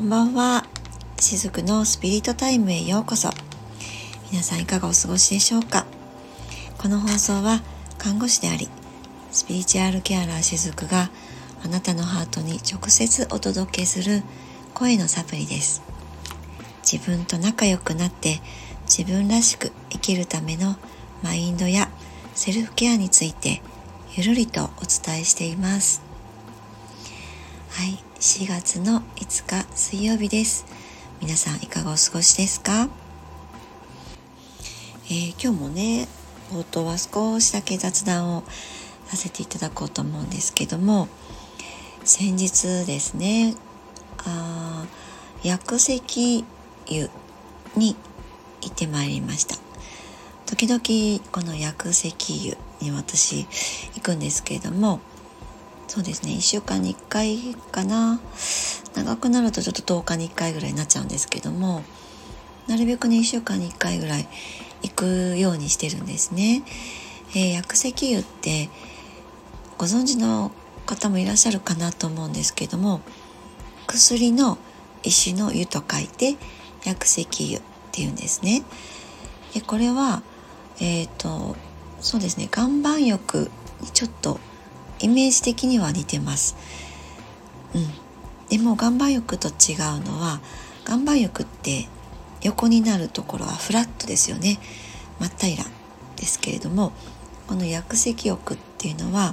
んばんは。しずくのスピリットタイムへようこそ。皆さんいかがお過ごしでしょうか。この放送は看護師でありスピリチュアルケアラーしずくがあなたのハートに直接お届けする声のサプリです。自分と仲良くなって自分らしく生きるためのマインドやセルフケアについてゆるりとお伝えしています。はい、4月の5日水曜日です。皆さんいかがお過ごしですか。今日もね、冒頭は少しだけ雑談をさせていただこうと思うんですけども、先日ですね、薬石湯に行ってまいりました。時々この薬石湯に私行くんですけれども、そうですね、1週間に1回かな、長くなるとちょっと10日に1回ぐらいになっちゃうんですけども、なるべくね1週間に1回ぐらい行くようにしてるんですね。薬石湯ってご存知の方もいらっしゃるかなと思うんですけども、薬の石の湯と書いて薬石湯っていうんですね。でこれはそうですね、岩盤浴にちょっとイメージ的には似てます。でも岩盤浴と違うのは、岩盤浴って横になるところはフラットですよね。真っ平らですけれども、この薬石浴っていうのは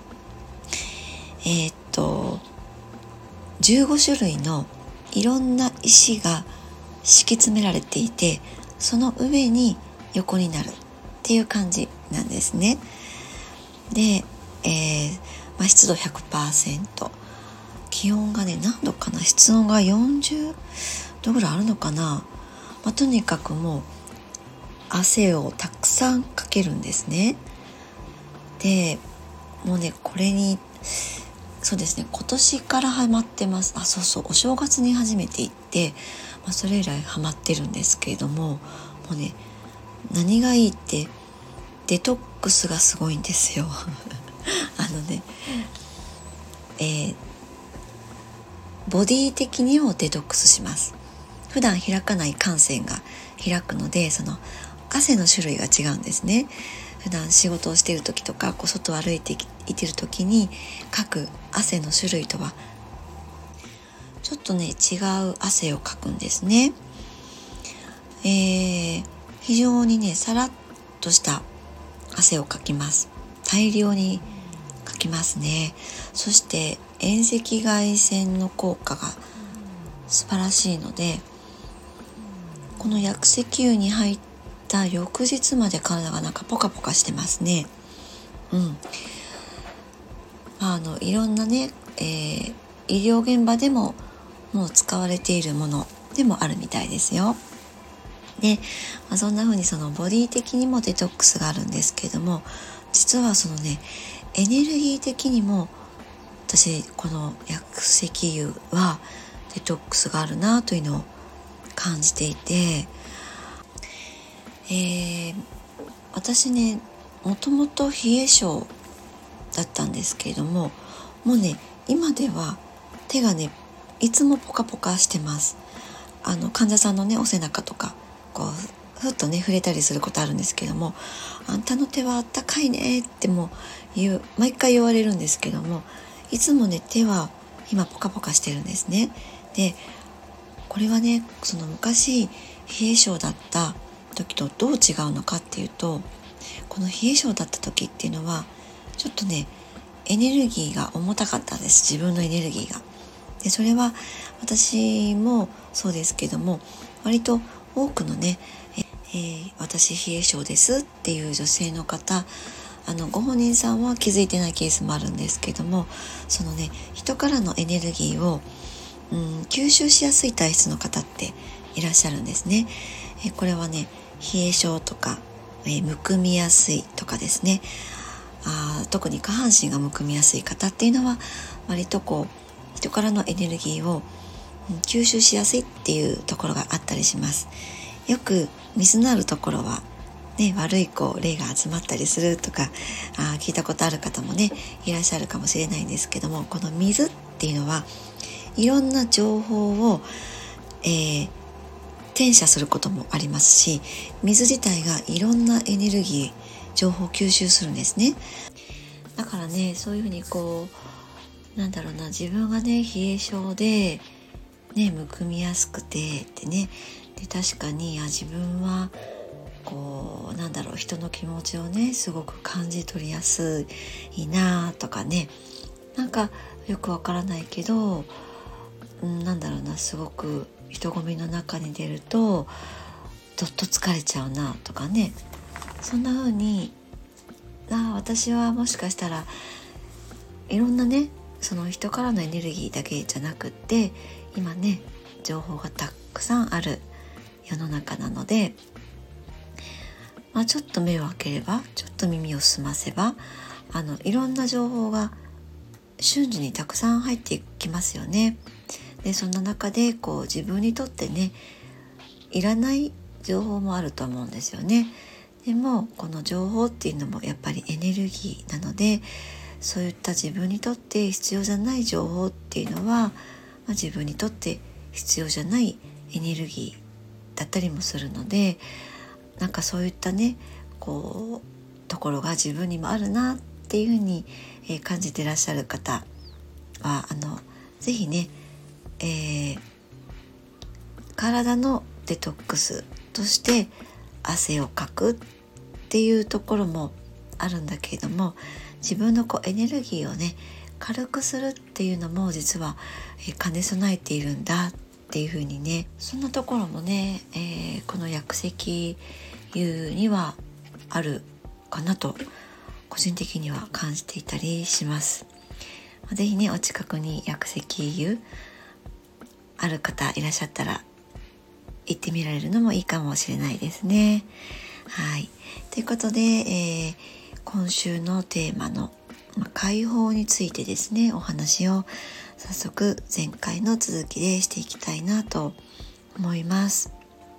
15種類のいろんな石が敷き詰められていて、その上に横になるっていう感じなんですね。で、湿度 100%、 気温がね何度かな、室温が40度ぐらいあるのかな。とにかくもう汗をたくさんかけるんですね。でもうね、これにそうですね、今年からハマってます。お正月に初めて行って、それ以来ハマってるんですけれども、もうね、何がいいってデトックスがすごいんですよボディ的にもデトックスします。普段開かない汗腺が開くので、その汗の種類が違うんですね。普段仕事をしている時とか、外を歩いていている時にかく汗の種類とはちょっとね違う汗をかくんですね。非常にねさらっとした汗をかきます。大量にかきますね。そして遠赤外線の効果が素晴らしいので、この薬石湯に入った翌日まで体がなんかポカポカしてますね。いろんなね、医療現場でももう使われているものでもあるみたいですよ。で、そんな風にそのボディ的にもデトックスがあるんですけれども、実はそのねエネルギー的にも私この薬石湯はデトックスがあるなというのを感じていて、私ねもともと冷え性だったんですけれども、もうね今では手がねいつもポカポカしてます。患者さんのねお背中とかふっとね触れたりすることあるんですけども、あんたの手はあったかいねって毎回言われるんですけども、いつもね手は今ポカポカしてるんですね。でこれはね、その昔冷え性だった時とどう違うのかっていうと、この冷え性だった時っていうのはちょっとねエネルギーが重たかったんです。自分のエネルギーが。でそれは私もそうですけども、割と多くのね、私冷え性ですっていう女性の方、ご本人さんは気づいてないケースもあるんですけども、そのね人からのエネルギーを、吸収しやすい体質の方っていらっしゃるんですね。これはね冷え性とか、むくみやすいとかですね、特に下半身がむくみやすい方っていうのは割と人からのエネルギーを吸収しやすいっていうところがあったりします。よく水のあるところはね、悪い霊が集まったりするとか聞いたことある方もねいらっしゃるかもしれないんですけども、この水っていうのはいろんな情報を、転写することもありますし、水自体がいろんなエネルギー情報を吸収するんですね。だからね、そういうふうに自分がね冷え性でねむくみやすくてってね、で確かに自分は人の気持ちをねすごく感じ取りやすいなとかね、よくわからないけど、すごく人混みの中に出るとどっと疲れちゃうなとかね、そんな風に私はもしかしたらいろんなねその人からのエネルギーだけじゃなくって、今ね情報がたくさんある世の中なので、ちょっと目を開ければ、ちょっと耳を澄ませばいろんな情報が瞬時にたくさん入ってきますよね。でそんな中で自分にとってねいらない情報もあると思うんですよね。でもこの情報っていうのもやっぱりエネルギーなので、そういった自分にとって必要じゃない情報っていうのは、自分にとって必要じゃないエネルギーだったりもするので、そういったねところが自分にもあるなっていうふうに、感じていらっしゃる方はぜひね、体のデトックスとして汗をかくっていうところもあるんだけれども、自分のエネルギーをね軽くするっていうのも実は、兼ね備えているんだっていうふうにね、そんなところもね、この薬石油にはあるかなと個人的には感じていたりします。ぜひねお近くに薬石油ある方いらっしゃったら行ってみられるのもいいかもしれないですね。はい、ということで、今週のテーマの解放についてですねお話を早速前回の続きでしていきたいなと思います。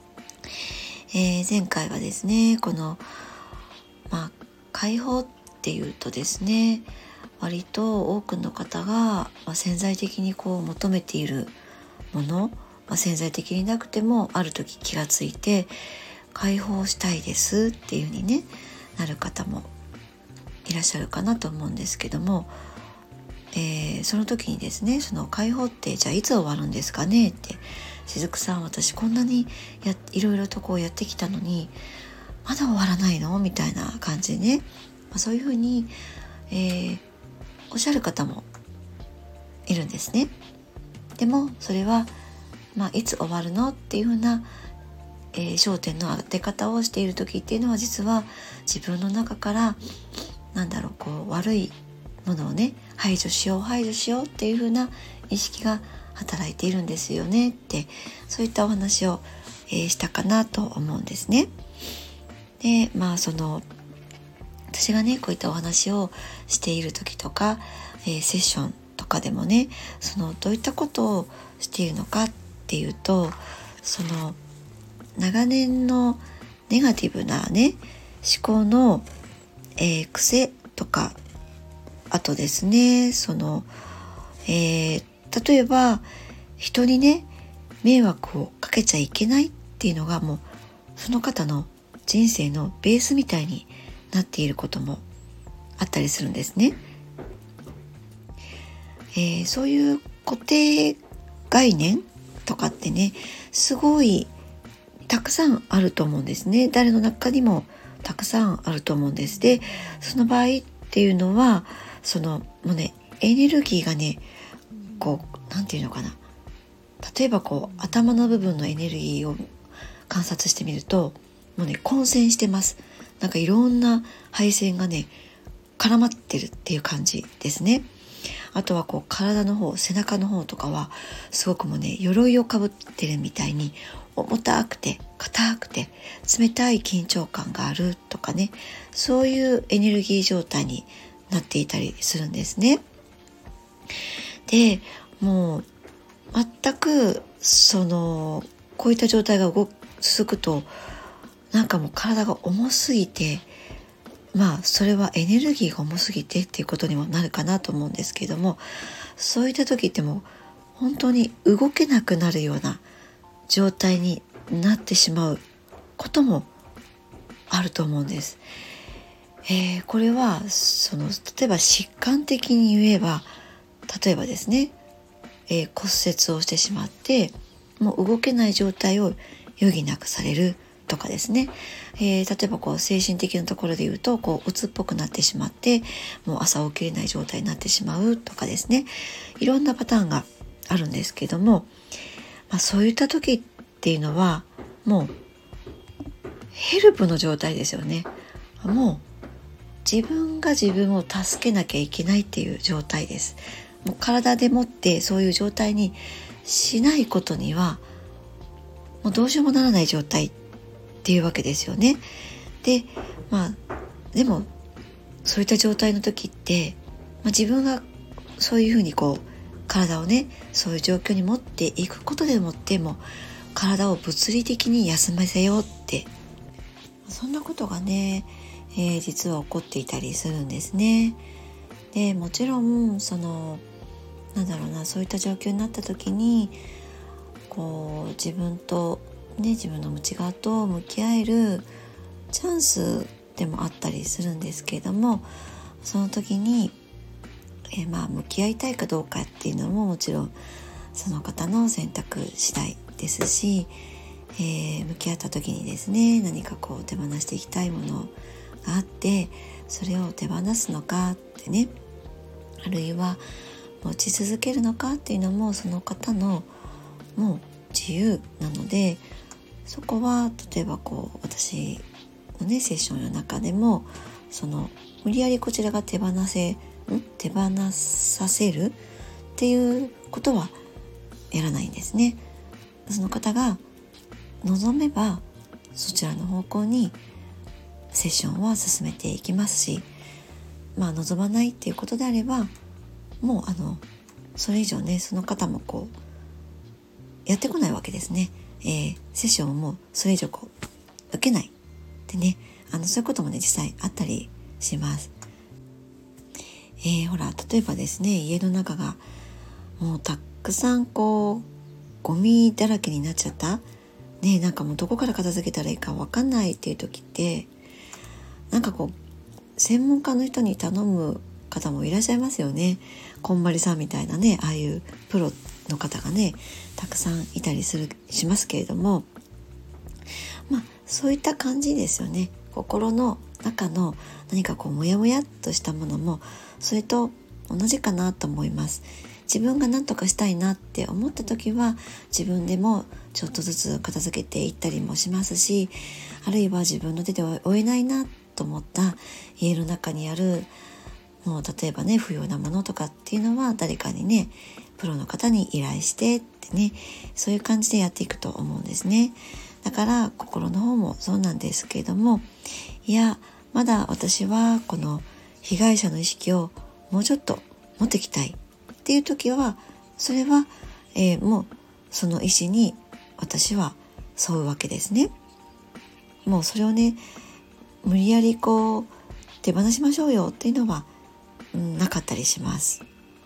前回はですねこの、解放っていうとですね、割と多くの方が、潜在的に求めているもの、潜在的になくてもある時気がついて解放したいですっていう風にねなる方もいらっしゃるかなと思うんですけども、その時にですね、その解放ってじゃあいつ終わるんですかねって、しずくさん私こんなにいろいろとやってきたのにまだ終わらないのみたいな感じでね、そういうふうに、おっしゃる方もいるんですね。でもそれは、いつ終わるのっていうふうな、焦点の当て方をしている時っていうのは実は自分の中から悪いものをね排除しようっていう風な意識が働いているんですよねって、そういったお話を、したかなと思うんですね。で私がねこういったお話をしている時とか、セッションとかでもねどういったことをしているのかっていうと、長年のネガティブなね思考の、癖とか、あとですね例えば人にね迷惑をかけちゃいけないっていうのがもうその方の人生のベースみたいになっていることもあったりするんですね。そういう固定概念とかってねすごいたくさんあると思うんですね。誰の中にもたくさんあると思うんです。でその場合っていうのはもうねエネルギーがねなんていうのかな、例えば頭の部分のエネルギーを観察してみるともうね混戦してます。いろんな配線がね絡まってるっていう感じですね。あとは体の方、背中の方とかはすごくもうね鎧をかぶってるみたいに重たくて硬くて冷たい緊張感があるとかね、そういうエネルギー状態になっていたりするんですね。でもう全くこういった状態が続くともう体が重すぎて、それはエネルギーが重すぎてっていうことにもなるかなと思うんですけれども、そういった時ってもう本当に動けなくなるような状態になってしまうこともあると思うんです。これは例えば疾患的に言えば、例えばですね、骨折をしてしまってもう動けない状態を余儀なくされるとかですね、例えば精神的なところで言うと鬱っぽくなってしまってもう朝起きれない状態になってしまうとかですね、いろんなパターンがあるんですけども、そういった時っていうのはもうヘルプの状態ですよね。もう自分が自分を助けなきゃいけないっていう状態です。もう体でもってそういう状態にしないことにはもうどうしようもならない状態っていうわけですよね。で、でもそういった状態の時って、自分がそういうふうに体をねそういう状況に持っていくことでもっても体を物理的に休ませようって、そんなことがね、実は起こっていたりするんですね。でもちろんそういった状況になった時に自分とね自分の内側と向き合えるチャンスでもあったりするんですけれども、その時に、向き合いたいかどうかっていうのももちろんその方の選択次第ですし、向き合った時にですね何か手放していきたいものがあってそれを手放すのかってね、あるいは持ち続けるのかっていうのもその方のもう自由なので、そこは例えば私のねセッションの中でも無理やりこちらが手放させるっていうことはやらないんですね。その方が望めばそちらの方向にセッションは進めていきますし、望まないっていうことであればもうそれ以上ねその方もやってこないわけですね。セッションをもうそれ以上受けないってね、そういうこともね実際あったりします。例えばですね、家の中がもうたくさんゴミだらけになっちゃったね、なんかもうどこから片付けたらいいか分かんないっていう時って、専門家の人に頼む方もいらっしゃいますよね。こんまりさんみたいなね、ああいうプロの方がねたくさんいたりしますけれども、そういった感じですよね。心の中の何かモヤモヤっとしたものもそれと同じかなと思います。自分が何とかしたいなって思った時は自分でもちょっとずつ片付けていったりもしますし、あるいは自分の手で追えないなと思った家の中にあるもう例えばね不要なものとかっていうのは誰かにねプロの方に依頼してってね、そういう感じでやっていくと思うんですね。だから心の方もそうなんですけれども、いやまだ私はこの被害者の意識をもうちょっと持ってきたいっていう時はそれは、もうその意思に私は沿うわけですね。もうそれをね無理やり手放しましょうよっていうのは、なかったりします。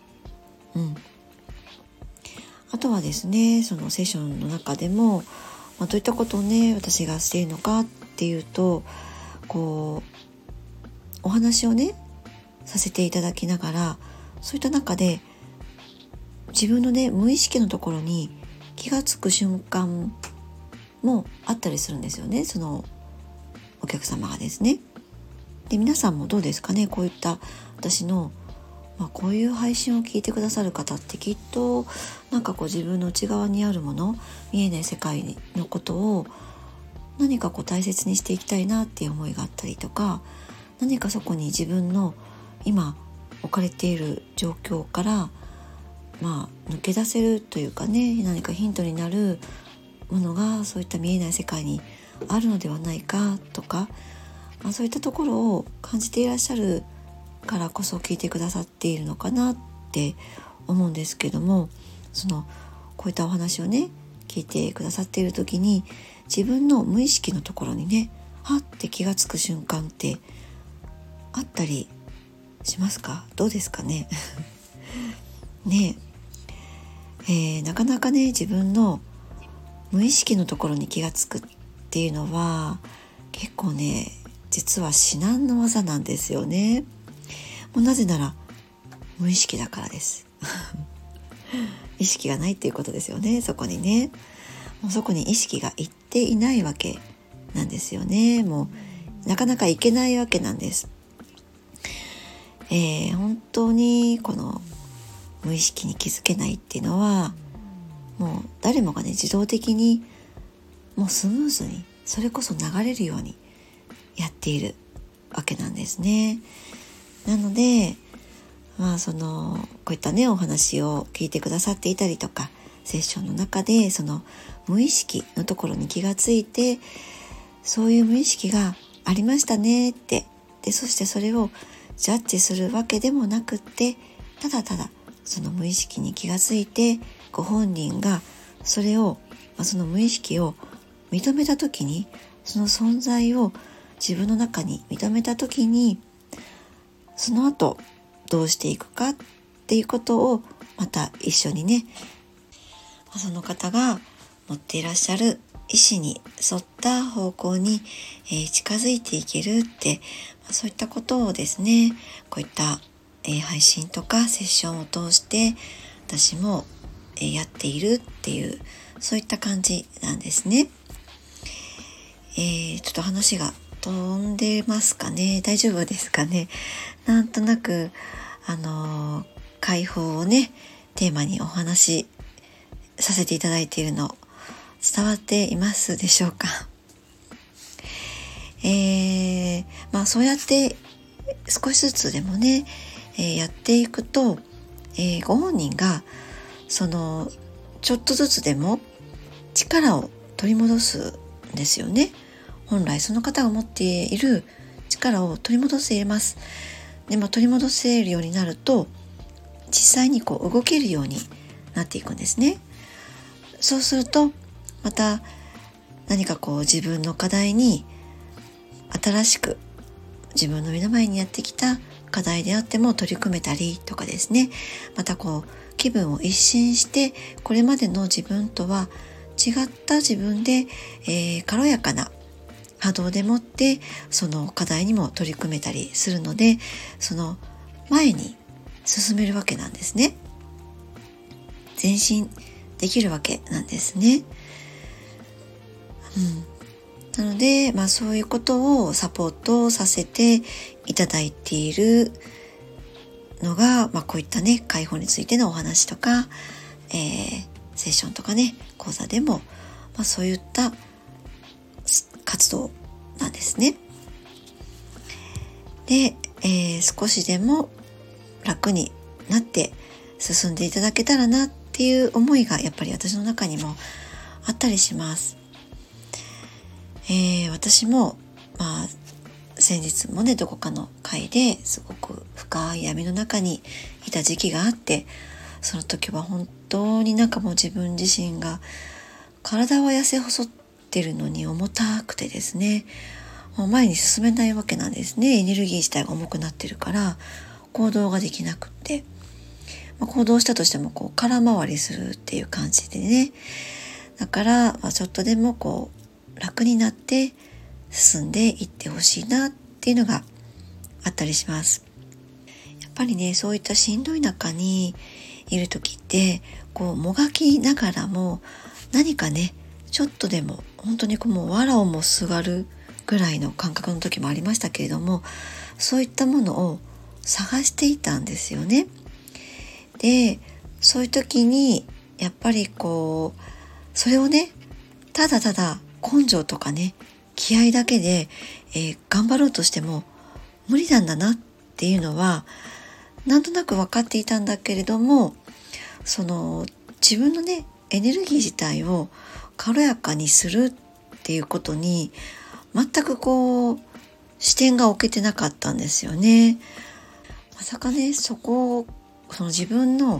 あとはですね、そのセッションの中でも、どういったことをね私がしているのかっていうと、お話をねさせていただきながら、そういった中で自分のね無意識のところに気がつく瞬間もあったりするんですよね、そのお客様がですね。で皆さんもどうですかね、こういった私の、こういう配信を聞いてくださる方ってきっと自分の内側にあるもの、見えない世界のことを何か大切にしていきたいなっていう思いがあったりとか、何かそこに自分の今置かれている状況から抜け出せるというかね、何かヒントになるものがそういった見えない世界にあるのではないかとか、そういったところを感じていらっしゃるからこそ聞いてくださっているのかなって思うんですけども、こういったお話をね聞いてくださっている時に自分の無意識のところにねはって気がつく瞬間ってあったりしますか？どうですかねねなかなかね自分の無意識のところに気がつくっていうのは結構ね実は至難の業なんですよね。もうなぜなら無意識だからです意識がないっていうことですよね。そこにねもうそこに意識がいっていないわけなんですよね。もうなかなかいけないわけなんです。本当にこの無意識に気づけないっていうのはもう誰もがね自動的にもうスムーズにそれこそ流れるようにやっているわけなんですね。なのでこういったねお話を聞いてくださっていたりとかセッションの中でその無意識のところに気がついてそういう無意識がありましたねってでそしてそれをジャッジするわけでもなくってただただその無意識に気がついてご本人がそれをその無意識を認めた時にその存在を自分の中に認めた時にその後どうしていくかっていうことをまた一緒にねその方が持っていらっしゃる意思に沿った方向に、近づいていけるってそういったことをですねこういった、配信とかセッションを通して私も、やっているっていうそういった感じなんですね。ちょっと話が飛んでますかね。大丈夫ですかね。なんとなく解放をねテーマにお話しさせていただいているの伝わっていますでしょうか。そうやって少しずつでもね、やっていくと、ご本人がそのちょっとずつでも力を取り戻すんですよね。本来その方が持っている力を取り戻せます。でも取り戻せるようになると実際に動けるようになっていくんですね。そうするとまた何か自分の課題に新しく自分の目の前にやってきた課題であっても取り組めたりとかですね、また気分を一新してこれまでの自分とは違った自分で、軽やかな波動でもってその課題にも取り組めたりするのでその前に進めるわけなんですね。前進できるわけなんですね。なので、そういうことをサポートさせていただいているのが、こういったね解放についてのお話とか、セッションとかね講座でも、そういった活動なんですね。で、少しでも楽になって進んでいただけたらなっていう思いがやっぱり私の中にもあったりします。私も、先日もねどこかの会ですごく深い闇の中にいた時期があってその時は本当にもう自分自身が体は痩せ細ってるのに重たくてですねもう前に進めないわけなんですね。エネルギー自体が重くなってるから行動ができなくって、行動したとしても空回りするっていう感じでねだから、ちょっとでも楽になって進んでいってほしいなっていうのがあったりします。やっぱりねそういったしんどい中にいる時ってもがきながらも何かねちょっとでも本当にもう藁をもすがるぐらいの感覚の時もありましたけれどもそういったものを探していたんですよね。でそういう時にやっぱりそれをねただただ根性とかね気合だけで、頑張ろうとしても無理なんだなっていうのはなんとなく分かっていたんだけれどもその自分のねエネルギー自体を軽やかにするっていうことに全く視点が置けてなかったんですよね。まさかねその自分の、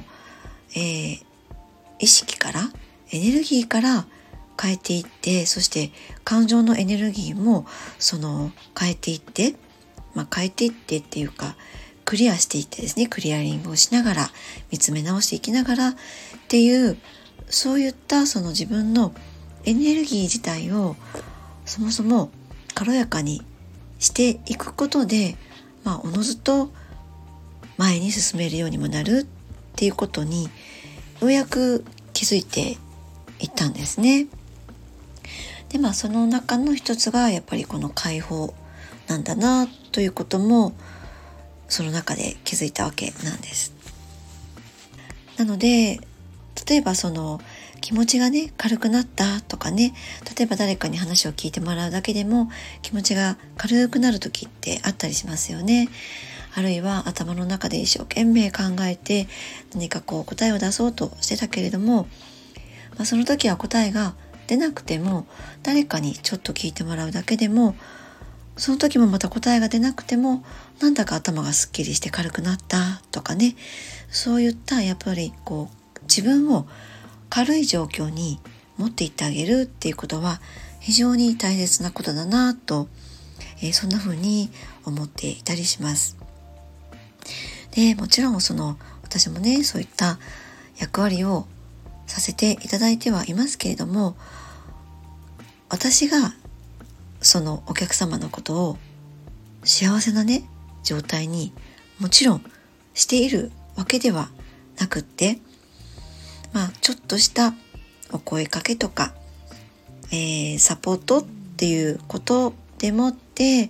意識からエネルギーから変えていってそして感情のエネルギーも変えていって、変えていってっていうかクリアしていってですね、クリアリングをしながら見つめ直していきながらっていう、そういったその自分のエネルギー自体をそもそも軽やかにしていくことで、おのずと前に進めるようにもなるっていうことにようやく気づいていったんですね。でその中の一つがやっぱりこの解放なんだなということもその中で気づいたわけなんです。なので例えばその気持ちがね軽くなったとかね、例えば誰かに話を聞いてもらうだけでも気持ちが軽くなる時ってあったりしますよね。あるいは頭の中で一生懸命考えて何か答えを出そうとしてたけれども、その時は答えが出なくても誰かにちょっと聞いてもらうだけでも、その時もまた答えが出なくてもなんだか頭がすっきりして軽くなったとかね、そういったやっぱり自分を軽い状況に持っていってあげるっていうことは非常に大切なことだなと、そんな風に思っていたりします。でもちろん私もねそういった役割をさせていただいてはいますけれども、私がそのお客様のことを幸せなね状態にもちろんしているわけではなくって、ちょっとしたお声かけとか、サポートっていうことでもって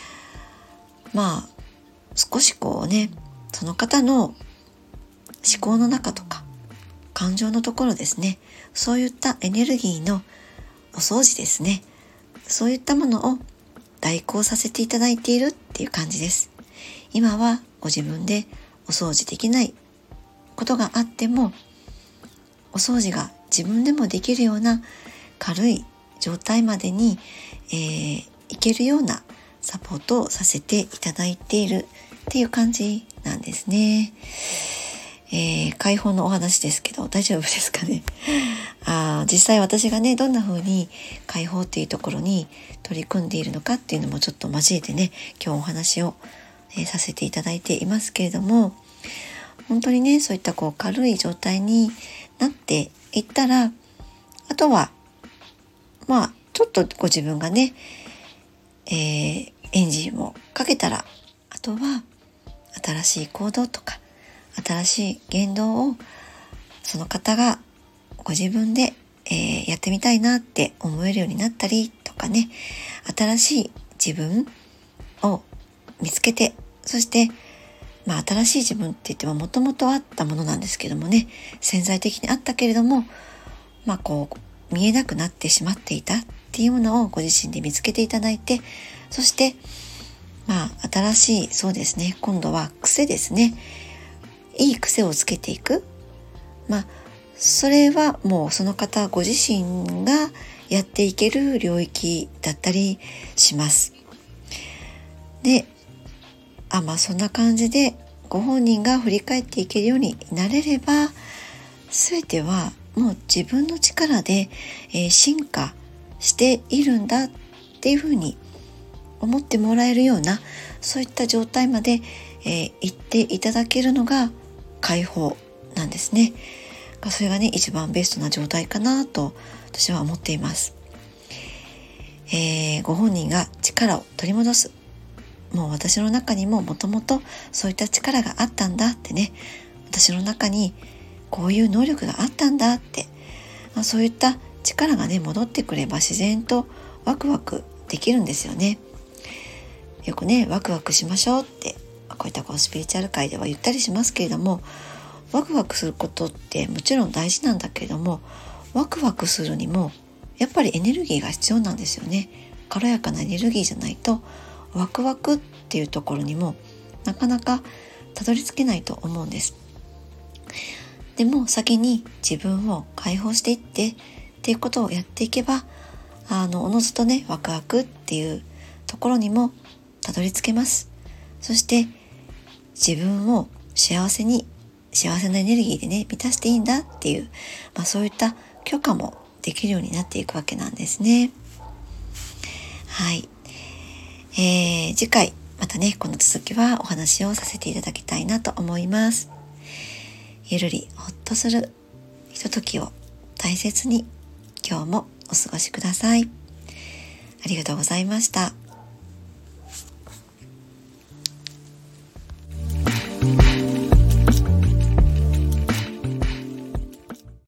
少しその方の思考の中とか感情のところですね、そういったエネルギーのお掃除ですね、そういったものを代行させていただいているっていう感じです。今はご自分でお掃除できないことがあっても、お掃除が自分でもできるような軽い状態までに、いけるようなサポートをさせていただいているっていう感じなんですね。解放のお話ですけど大丈夫ですかね。実際私がねどんな風に解放っていうところに取り組んでいるのかっていうのもちょっと交えてね今日お話を、させていただいていますけれども、本当にねそういった軽い状態になっていったら、あとはちょっとご自分がね、エンジンをかけたら、あとは新しい行動とか新しい言動をその方がご自分で、やってみたいなって思えるようになったりとかね、新しい自分を見つけて、そして新しい自分って言ってももともとあったものなんですけどもね、潜在的にあったけれども見えなくなってしまっていたっていうものをご自身で見つけていただいて、そして新しいそうですね、今度は癖ですね、いい癖をつけていく。それはもうその方ご自身がやっていける領域だったりします。で、そんな感じでご本人が振り返っていけるようになれれば、全てはもう自分の力で、進化しているんだっていうふうに思ってもらえるような、そういった状態まで、言っていただけるのが解放なんですね。それがね一番ベストな状態かなと私は思っています。ご本人が力を取り戻す、もう私の中にももともとそういった力があったんだってね、私の中にこういう能力があったんだって、そういった力がね戻ってくれば自然とワクワクできるんですよね。よくねワクワクしましょうってこういったスピリチュアル界では言ったりしますけれども、ワクワクすることってもちろん大事なんだけれども、ワクワクするにもやっぱりエネルギーが必要なんですよね。軽やかなエネルギーじゃないとワクワクっていうところにもなかなかたどり着けないと思うんです。でも先に自分を解放していってっていうことをやっていけば、おのずとねワクワクっていうところにもたどり着けます。そして自分を幸せなエネルギーでね満たしていいんだっていう、そういった許可もできるようになっていくわけなんですね。はい、次回またねこの続きはお話をさせていただきたいなと思います。ゆるりほっとするひとときを大切に今日もお過ごしください。ありがとうございました。